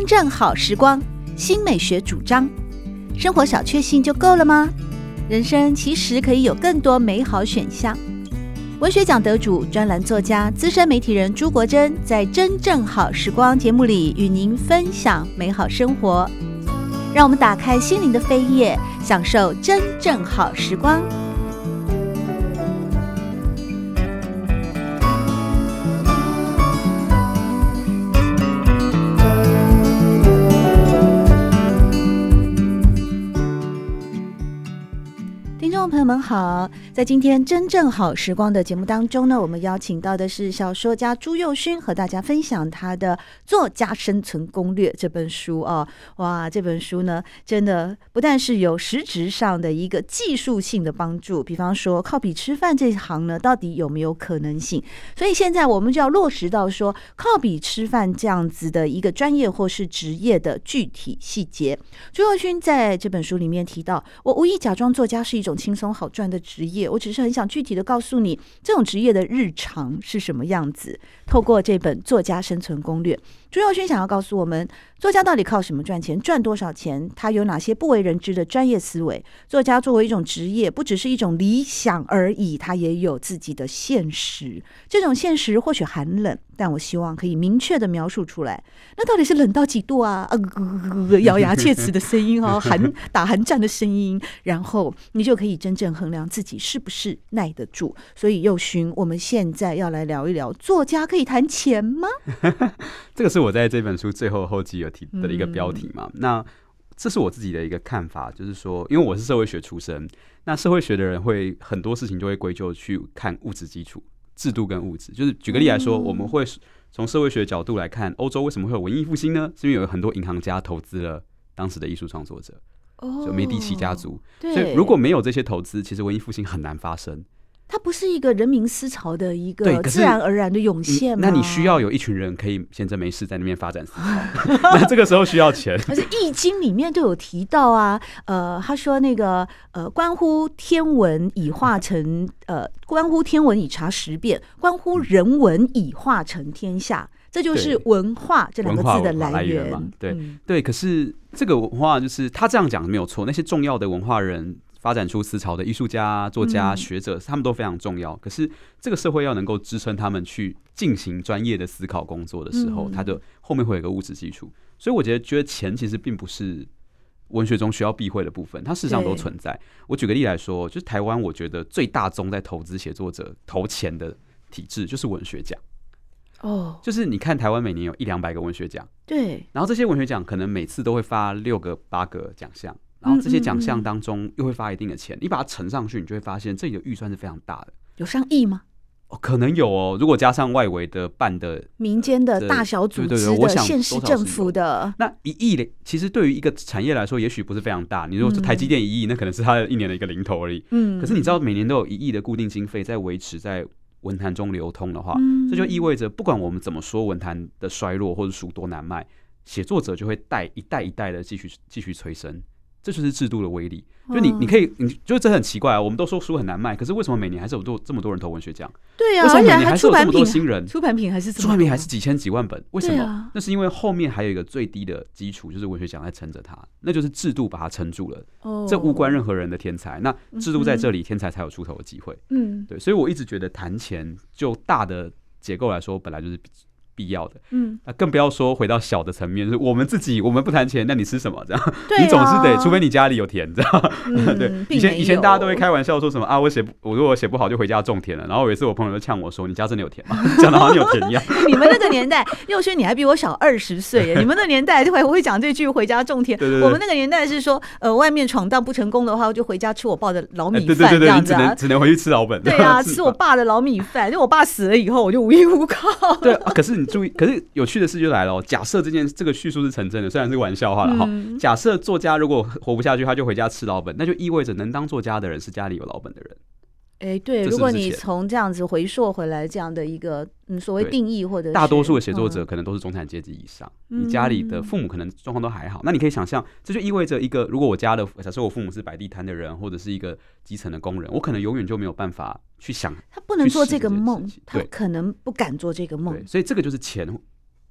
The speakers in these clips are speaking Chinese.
正好时光，新美学主张。生活小确幸就够了吗？人生其实可以有更多美好选项。文学奖得主、专栏作家、资深媒体人朱国珍在《真正好时光》节目里与您分享美好生活。让我们打开心灵的扉页，享受真正好时光。听众朋友们好，在今天真正好时光的节目当中呢，我们邀请到的是小说家朱宥勋，和大家分享他的《作家生存攻略》这本书哦。哇，这本书呢，真的不但是有实质上的一个技术性的帮助，比方说靠笔吃饭这一行呢，到底有没有可能性？所以现在我们就要落实到说，靠笔吃饭这样子的一个专业或是职业的具体细节。朱宥勋在这本书里面提到，我无意假装作家是一种轻松好赚的职业，我只是很想具体的告诉你这种职业的日常是什么样子。透过这本《作家生存攻略》，朱宥勋想要告诉我们，作家到底靠什么赚钱，赚多少钱，他有哪些不为人知的专业思维。作家作为一种职业，不只是一种理想而已，他也有自己的现实。这种现实或许寒冷，但我希望可以明确的描述出来。那到底是冷到几度啊？咬牙切齿的声音哦，打寒战的声音，然后你就可以真正衡量自己是不是耐得住。所以宥勋，我们现在要来聊一聊，作家可以谈钱吗？ 这个是我在这本书最后记有提的一个标题嘛。那这是我自己的一个看法，就是说，因为我是社会学出身，那社会学的人会很多事情就会归咎去看物质基础、制度跟物质。就是举个例来说，我们会从社会学的角度来看，欧洲为什么会有文艺复兴呢？是因为有很多银行家投资了当时的艺术创作者，就梅第奇家族。所以如果没有这些投资，其实文艺复兴很难发生。 它不是一个人民思潮的一个自然而然的涌现吗？ 那你需要有一群人可以闲着没事在那边发展思潮，那这个时候需要钱。 而且《易经》里面就有提到啊，他说那个关乎天文以化成关乎天文以察时变，关乎人文以化成天下。这就是文化这两个字的来源嘛。 对。可是这个文化就是他这样讲没有错，那些重要的文化人发展出思潮的艺术家、作家、学者，他们都非常重要。可是这个社会要能够支撑他们去进行专业的思考工作的时候，它的后面会有一个物质基础。所以我觉得钱其实并不是文学中需要避讳的部分，它事实上都存在。我举个例来说，就是台湾，我觉得最大宗在投资写作者投钱的体制就是文学奖。就是你看台湾每年有100-200个文学奖，对，然后这些文学奖可能每次都会发6个8个奖项，然后这些奖项当中又会发一定的钱，你把它乘上去，你就会发现这里的预算是非常大的。 有上亿吗？ 可能有哦，如果加上外围的办的民间的大小组织的县市政府的， 那1亿其实对于一个产业来说也许不是非常大。你如果是台积电1亿，那可能是它一年的一个零头而已。可是你知道每年都有1亿的固定经费在维持在文坛中流通的话，这就意味着不管我们怎么说文坛的衰落或者书多难卖，写作者就会一代一代的继续催生。这就是制度的威力。就你可以，你就这很奇怪啊！我们都说书很难卖，可是为什么每年还是有这么多人投文学奖？ 对啊， 为什么每年还是有这么多新人？ 出版品还是几千几万本？为什么？那是因为后面还有一个最低的基础，就是文学奖在撑着它，那就是制度把它撑住了。这无关任何人的天才，那制度在这里，天才才有出头的机会。对，所以我一直觉得谈钱就大的结构来说，本来就是必要的。更不要说回到小的层面，就是我们不谈钱，那你吃什么？这样，你总是得，除非你家里有田，这样。对，以前大家都会开玩笑说什么啊，我如果写不好就回家种田了。然后有一次我朋友就呛我说：“你家真的有田吗？”讲的好像你有田一样。 你们那个年代，宥勋你还比我小20岁耶。你们那个年代就会讲这句回家种田。 对， 我们那个年代是说，外面闯荡不成功的话，我就回家吃我爸的老米饭。 对， 这样子啊， 只能回去吃老本。 对啊，吃我爸的老米饭。就我爸死了以后，我就无依无靠。 对啊，可是你注意，可是有趣的事就来了。假设这个叙述是成真的，虽然是玩笑话了哈。假设作家如果活不下去，他就回家吃老本，那就意味着能当作家的人是家里有老本的人。 对，如果你从这样子回溯回来这样的一个所谓定义，或者是大多数的写作者可能都是中产阶级以上，你家里的父母可能状况都还好，那你可以想象，这就意味着一个，如果我家的假设我父母是摆地摊的人，或者是一个基层的工人，我可能永远就没有办法去想， 他不能做这个梦，他可能不敢做这个梦。 对，所以这个就是钱。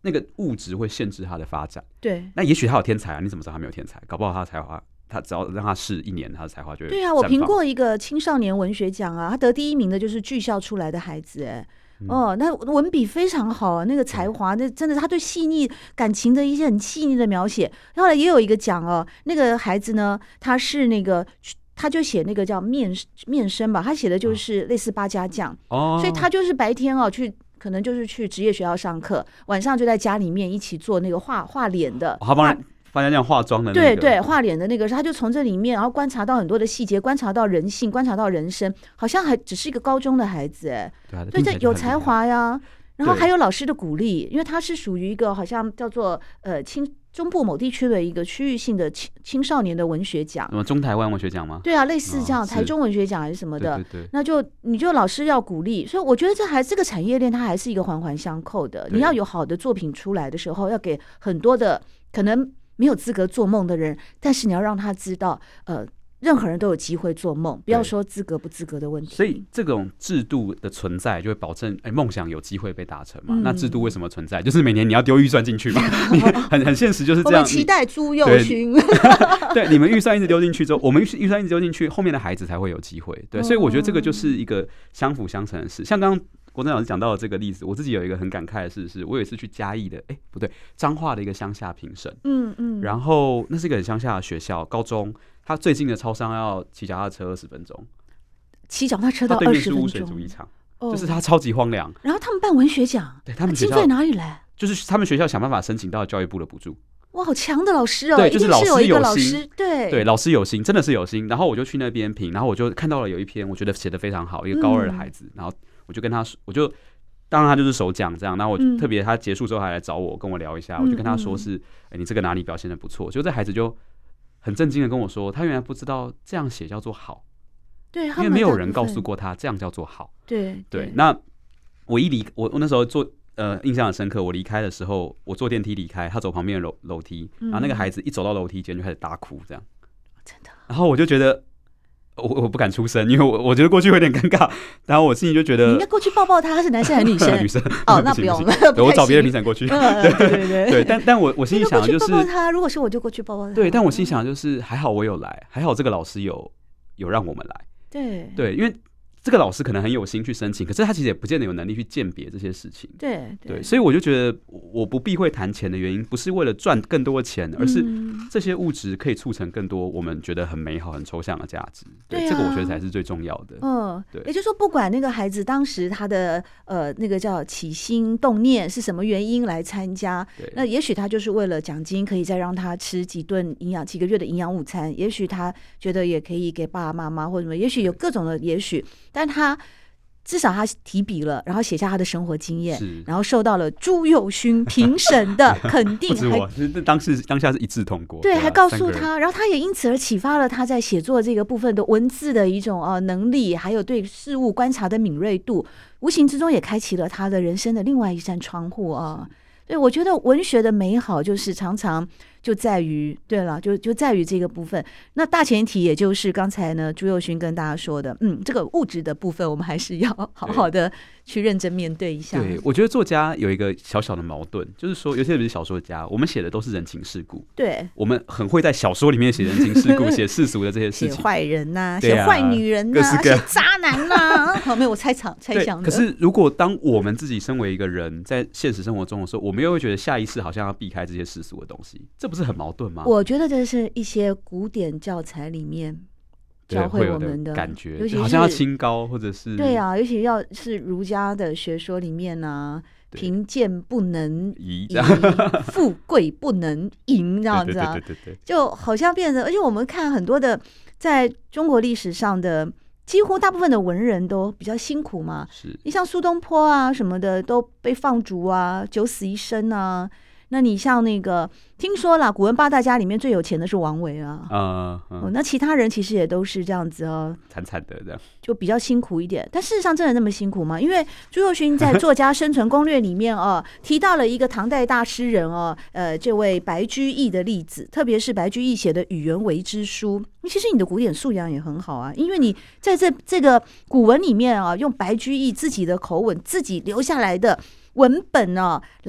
那个物质会限制他的发展。 对， 那也许他有天才啊，你怎么知道他没有天才？搞不好他的才华，他只要让他试1年，他的才华就会对啊，我评过一个青少年文学奖啊，他得第1名的就是剧校出来的孩子，那文笔非常好啊，那个才华，那真的他对细腻感情的一些很细腻的描写。后来也有一个奖哦，那个孩子呢，他是那个。他就写那个叫面生吧，他写的就是类似8家将，所以他就是白天可能就是去职业学校上课，晚上就在家里面一起做那个画脸的， 他帮人这样化妆的那个， 对，画脸的那个，他就从这里面，然后观察到很多的细节，观察到人性，观察到人生，好像还只是一个高中的孩子，所以这有才华呀。然后还有老师的鼓励，因为他是属于一个好像叫做中部某地区的一个区域性的青少年的文学奖， 什么中台湾文学奖吗？ 对啊，类似这样，台中文学奖还是什么的。 对， 那你就老师要鼓励，所以我觉得这个产业链它还是一个环环相扣的。你要有好的作品出来的时候，要给很多的可能没有资格做梦的人，但是你要让他知道，任何人都有机会做梦，不要说资格不资格的问题。 所以这种制度的存在，就会保证梦想有机会被达成嘛。那制度为什么存在？就是每年你要丢预算进去嘛。你很现实，就是这样。 我们期待朱宥勋。 对，你们预算一直丢进去之后，我们预算一直丢进去，后面的孩子才会有机会。对，所以我觉得这个就是一个相辅相成的事。像刚刚国珍老师讲到的这个例子，我自己有一个很感慨的事，是我有一次去嘉义的，不对，彰化的一个乡下评审。然后那是一个很乡下的学校，高中。他最近的超商要骑脚踏车20分钟， 骑脚踏车到20分钟。他对面是污水主义场，就是他超级荒凉。 然后他们办文学奖， 对他们经费哪里来？ 就是他们学校想办法申请到教育部的补助。 哇，好强的老师哦！ 对，就是老师有心，对， 老师有心，真的是有心。然后我就去那边评，然后我就看到了有一篇，我觉得写得非常好，一个高2的孩子，然后我就跟他，当然他就是首奖这样，然后我特别他结束之后还来找我跟我聊一下，我就跟他说是，你这个哪里表现得不错？就这孩子就很震惊的跟我说，他原来不知道这样写叫做好， 对， 因为没有人告诉过他这样叫做好。 对， 那我那时候印象很深刻。我离开的时候，我坐电梯离开，他走旁边的楼梯，然后那个孩子一走到楼梯间就开始大哭，这样， 真的。 然后我就觉得。我不敢出声，因为我觉得过去会有点尴尬，然后我心里就觉得你应该过去抱抱他，他是男生还是女生？ 女生。 哦，那不用了， 我找别的评审过去。 对， 但我心里想的就是， 抱抱他，如果是我就过去抱抱他。 对，但我心里想的就是还好我有来，还好这个老师有让我们来。对，因为这个老师可能很有心去申请，可是他其实也不见得有能力去鉴别这些事情。 对， 所以我就觉得我不避讳谈钱的原因，不是为了赚更多的钱，而是这些物质可以促成更多我们觉得很美好、很抽象的价值。对，这个我觉得才是最重要的。 对，也就是说，不管那个孩子当时他的那个叫起心动念是什么原因来参加，那也许他就是为了奖金，可以再让他吃几个月的营养午餐，也许他觉得也可以给爸爸妈妈或者什么，也许有各种的也许。但他至少他提笔了，然后写下他的生活经验，然后受到了朱宥勋评审的肯定。 不止我，当下是一致通过。 对，还告诉他，然后他也因此而启发了他在写作这个部分的文字的一种能力，还有对事物观察的敏锐度，无形之中也开启了他的人生的另外一扇窗户啊。对，我觉得文学的美好就是常常就在于，对了，就在于这个部分。那大前提也就是刚才呢，朱宥勋跟大家说的，这个物质的部分，我们还是要好好的去认真面对一下。 对，我觉得作家有一个小小的矛盾，就是说，尤其是小说家，我们写的都是人情世故， 对， 我们很会在小说里面写人情世故，写世俗的这些事情， 写坏人呐，写坏女人呐，写渣男呐，好，没有我猜想的。 可是如果当我们自己身为一个人，在现实生活中的时候，我们又会觉得下意识好像要避开这些世俗的东西，这不是很矛盾吗？ 我觉得这是一些古典教材里面教会我们的感觉， 尤其好像要清高，或者是对啊，尤其要是儒家的学说里面啊，贫贱不能移，富贵不能淫，这样子啊，对，就好像变成，而且我们看很多的在中国历史上的。几乎大部分的文人都比较辛苦嘛，你像苏东坡啊什么的都被放逐啊，九死一生啊。那你像那个，听说啦，古文八大家里面最有钱的是王维啊，那其他人其实也都是这样子哦， 惨惨的这样， 就比较辛苦一点。但事实上真的那么辛苦吗？因为朱宥勋在《作家生存攻略》里面提到了一个唐代大诗人这位白居易的例子，特别是白居易写的《与人为之书》。其实你的古典素养也很好啊，因为你在这个古文里面用白居易自己的口吻、自己留下来的文本来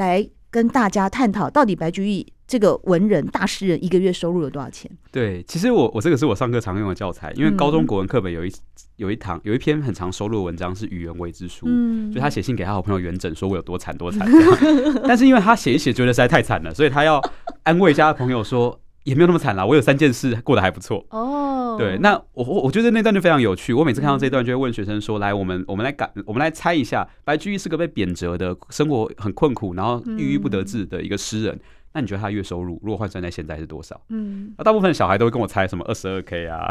跟大家探讨，到底白居易这个文人大诗人一个月收入有多少钱？ 对，其实我这个是我上课常用的教材，因为高中国文课本有一篇很常收录的文章是《与原为之书》，就他写信给他好朋友元稹，说我有多惨多惨但是因为他写一写觉得实在太惨了，所以他要安慰一下朋友说也没有那么惨啦，我有3件事过得还不错。对，那我觉得那段就非常有趣。我每次看到这段，就会问学生说：“来，我们来猜一下，白居易是个被贬谪的，生活很困苦，然后郁郁不得志的一个诗人。那你觉得他月收入如果换算在现在是多少？”大部分小孩都会跟我猜什么22K 啊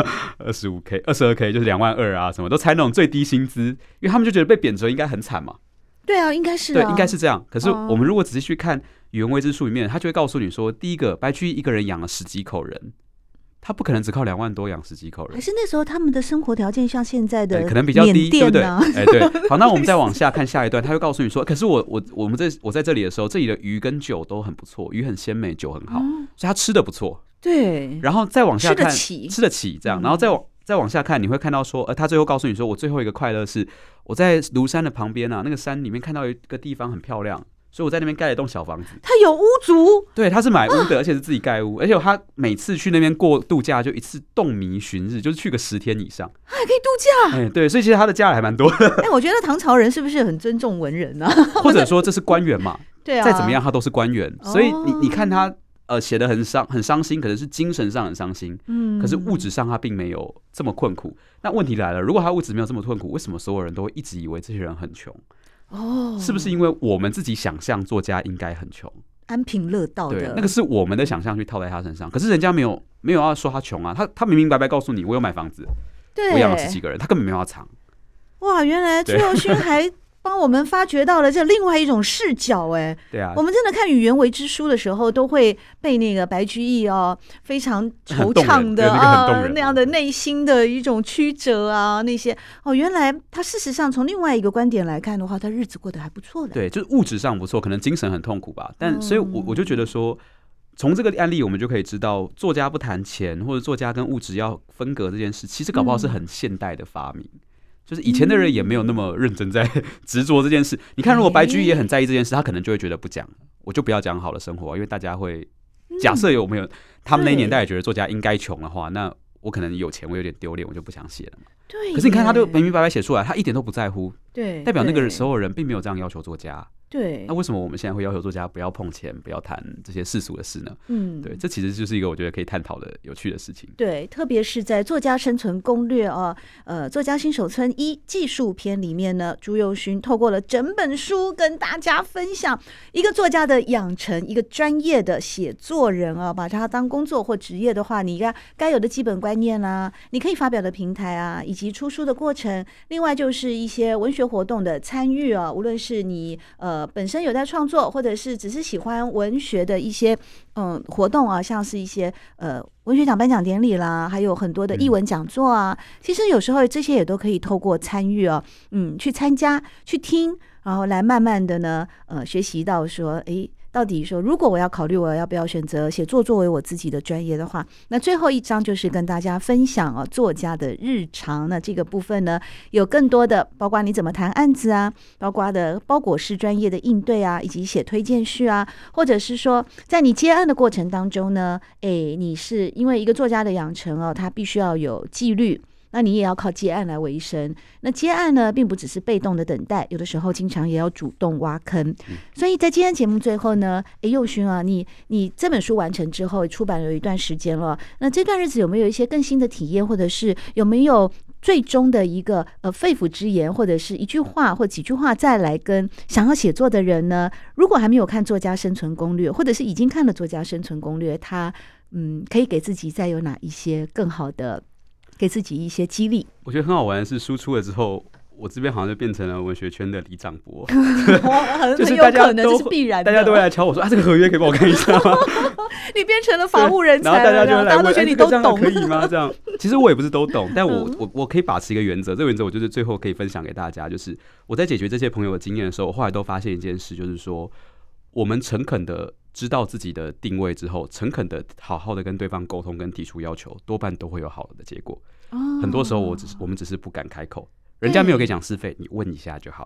，25K、22K 就是2万2啊，什么都猜那种最低薪资，因为他们就觉得被贬谪应该很惨嘛。 对啊，应该是对，应该是这样。可是我们如果仔细去看《与原为之书》里面，他就会告诉你说，第一个，白居易一个人养了10几口人，他不可能只靠2万多养10几口人。 还是那时候他们的生活条件像现在的可能比较低，对不对？ 对。 好，那我们再往下看下一段，他会告诉你说，可是我在这里的时候，这里的鱼跟酒都很不错，鱼很鲜美，酒很好，所以他吃的不错。 对。 然后再往下看， 吃得起这样，然后再往下看，你会看到说，他最后告诉你说，我最后一个快乐是我在庐山的旁边啊，那个山里面看到一个地方很漂亮，所以我在那边盖了一栋小房子。 他有屋主， 对，他是买屋的，而且是自己盖屋，而且他每次去那边过度假就一次动谧旬日，就是去个10天以上， 还可以度假。对，所以其实他的家里还蛮多的。 我觉得唐朝人是不是很尊重文人啊？ 或者说这是官员嘛？ 对啊， 再怎么样他都是官员，所以你看他。写得很伤心，可能是精神上很伤心，可是物质上他并没有这么困苦。那问题来了，如果他物质没有这么困苦，为什么所有人都会一直以为这些人很穷？是不是因为我们自己想象作家应该很穷， 安贫乐道的？ 对，那个是我们的想象去套在他身上，可是人家没有要说他穷啊，他明明白白告诉你，我有买房子，我养了10几个人，他根本没有要藏。 哇，原来朱佑勋还帮我们发掘到了这另外一种视角。 对啊， 我们真的看《与原为之书》的时候，都会被那个白居易非常惆怅的那样的内心的一种曲折啊，那些原来他事实上从另外一个观点来看的话，他日子过得还不错的。 对，就是物质上不错，可能精神很痛苦吧。但所以我就觉得说，从这个案例我们就可以知道，作家不谈钱，或者作家跟物质要分隔这件事，其实搞不好是很现代的发明。就是以前的人也没有那么认真在执着这件事。你看，如果白居易也很在意这件事，他可能就会觉得不讲，我就不要讲好的生活，因为大家会假设有没有他们那年代也觉得作家应该穷的话，那我可能有钱，我有点丢脸，我就不想写了嘛。 对。 可是你看，他就明明白白写出来，他一点都不在乎。 对。 代表那个时候人并没有这样要求作家。 对。 那为什么我们现在会要求作家不要碰钱，不要谈这些世俗的事呢？对，这其实就是一个我觉得可以探讨的有趣的事情。 对，特别是在《作家生存攻略》作家新手村1技术篇里面呢，朱佑勋透过了整本书跟大家分享一个作家的养成，一个专业的写作人把它当工作或职业的话，你该有的基本观念啦，你可以发表的平台啊，以及出书的过程，另外就是一些文学活动的参与无论是你本身有在创作，或者是只是喜欢文学的一些活动像是一些文学奖颁奖典礼啦，还有很多的艺文讲座啊，其实有时候这些也都可以透过参与去参加去听，然后来慢慢的呢学习到说到底说，如果我要考虑我要不要选择写作作为我自己的专业的话，那最后一章就是跟大家分享作家的日常。那这个部分呢，有更多的包括你怎么谈案子啊，包括的包裹式专业的应对啊，以及写推荐序啊，或者是说在你接案的过程当中呢，你是因为一个作家的养成他必须要有纪律。那你也要靠接案来维生。那接案呢，并不只是被动的等待，有的时候经常也要主动挖坑。所以在今天节目最后呢，佑勋你这本书完成之后，出版有一段时间了，那这段日子有没有一些更新的体验，或者是有没有最终的一个肺腑之言，或者是一句话或几句话，再来跟想要写作的人呢？如果还没有看《作家生存攻略》，或者是已经看了《作家生存攻略》，他可以给自己再有哪一些更好的？给自己一些激励。 我觉得很好玩的是，输出了之后，我这边好像就变成了文学圈的李长博， 就是大家都是必然的， 大家都会来敲我说这个合约可以帮我看一下吗？ 你变成了法务人才了， 然后大家就会来问， 大家都觉得你都懂， 可以吗？这样，其实我也不是都懂，但我可以把持一个原则，这个原则我就是最后可以分享给大家，就是我在解决这些朋友的经验的时候，我后来都发现一件事，就是说，我们诚恳的知道自己的定位之后，诚恳的好好的跟对方沟通跟提出要求，多半都会有好的结果。很多时候我们只是不敢开口，人家没有给讲是非，你问一下就好了。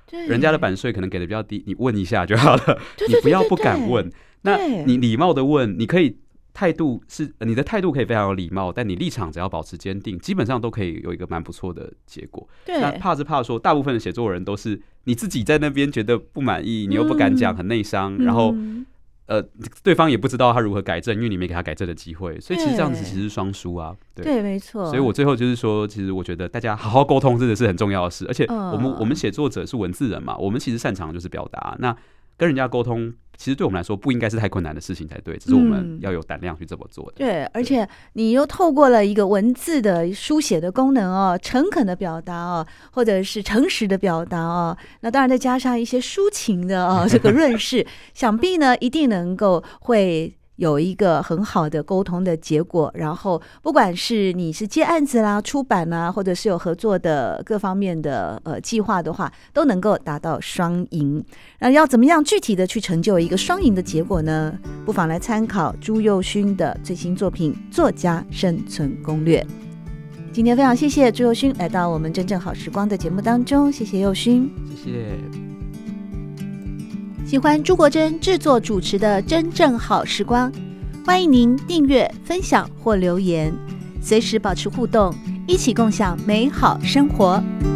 人家的版税可能给的比较低，你问一下就好了， 对你不要不敢问。那你礼貌的问，你可以你的态度可以非常有礼貌，但你立场只要保持坚定，基本上都可以有一个蛮不错的结果。那怕是怕说，大部分的写作人都是你自己在那边觉得不满意，你又不敢讲，很内伤，然后对方也不知道他如何改正，因为你没给他改正的机会，所以其实这样子其实是双输啊。 对，没错。 所以我最后就是说，其实我觉得大家好好沟通真的是很重要的事，而且我们写作者是文字人嘛，我们其实擅长就是表达，那跟人家沟通，其实对我们来说不应该是太困难的事情才对，只是我们要有胆量去这么做的。 对，而且你又透过了一个文字的书写的功能哦，诚恳的表达哦，或者是诚实的表达哦，那当然再加上一些抒情的哦这个润饰，想必呢一定能够会有一个很好的沟通的结果，然后不管是你是接案子啦、出版啦，或者是有合作的各方面的计划的话，都能够达到双赢。那要怎么样具体的去成就一个双赢的结果呢？不妨来参考朱宥勋的最新作品《作家生存攻略》。今天非常谢谢朱宥勋来到我们真正好时光的节目当中，谢谢宥勋， 谢谢。 喜欢朱国珍制作主持的《真正好时光》，欢迎您订阅、分享或留言，随时保持互动，一起共享美好生活。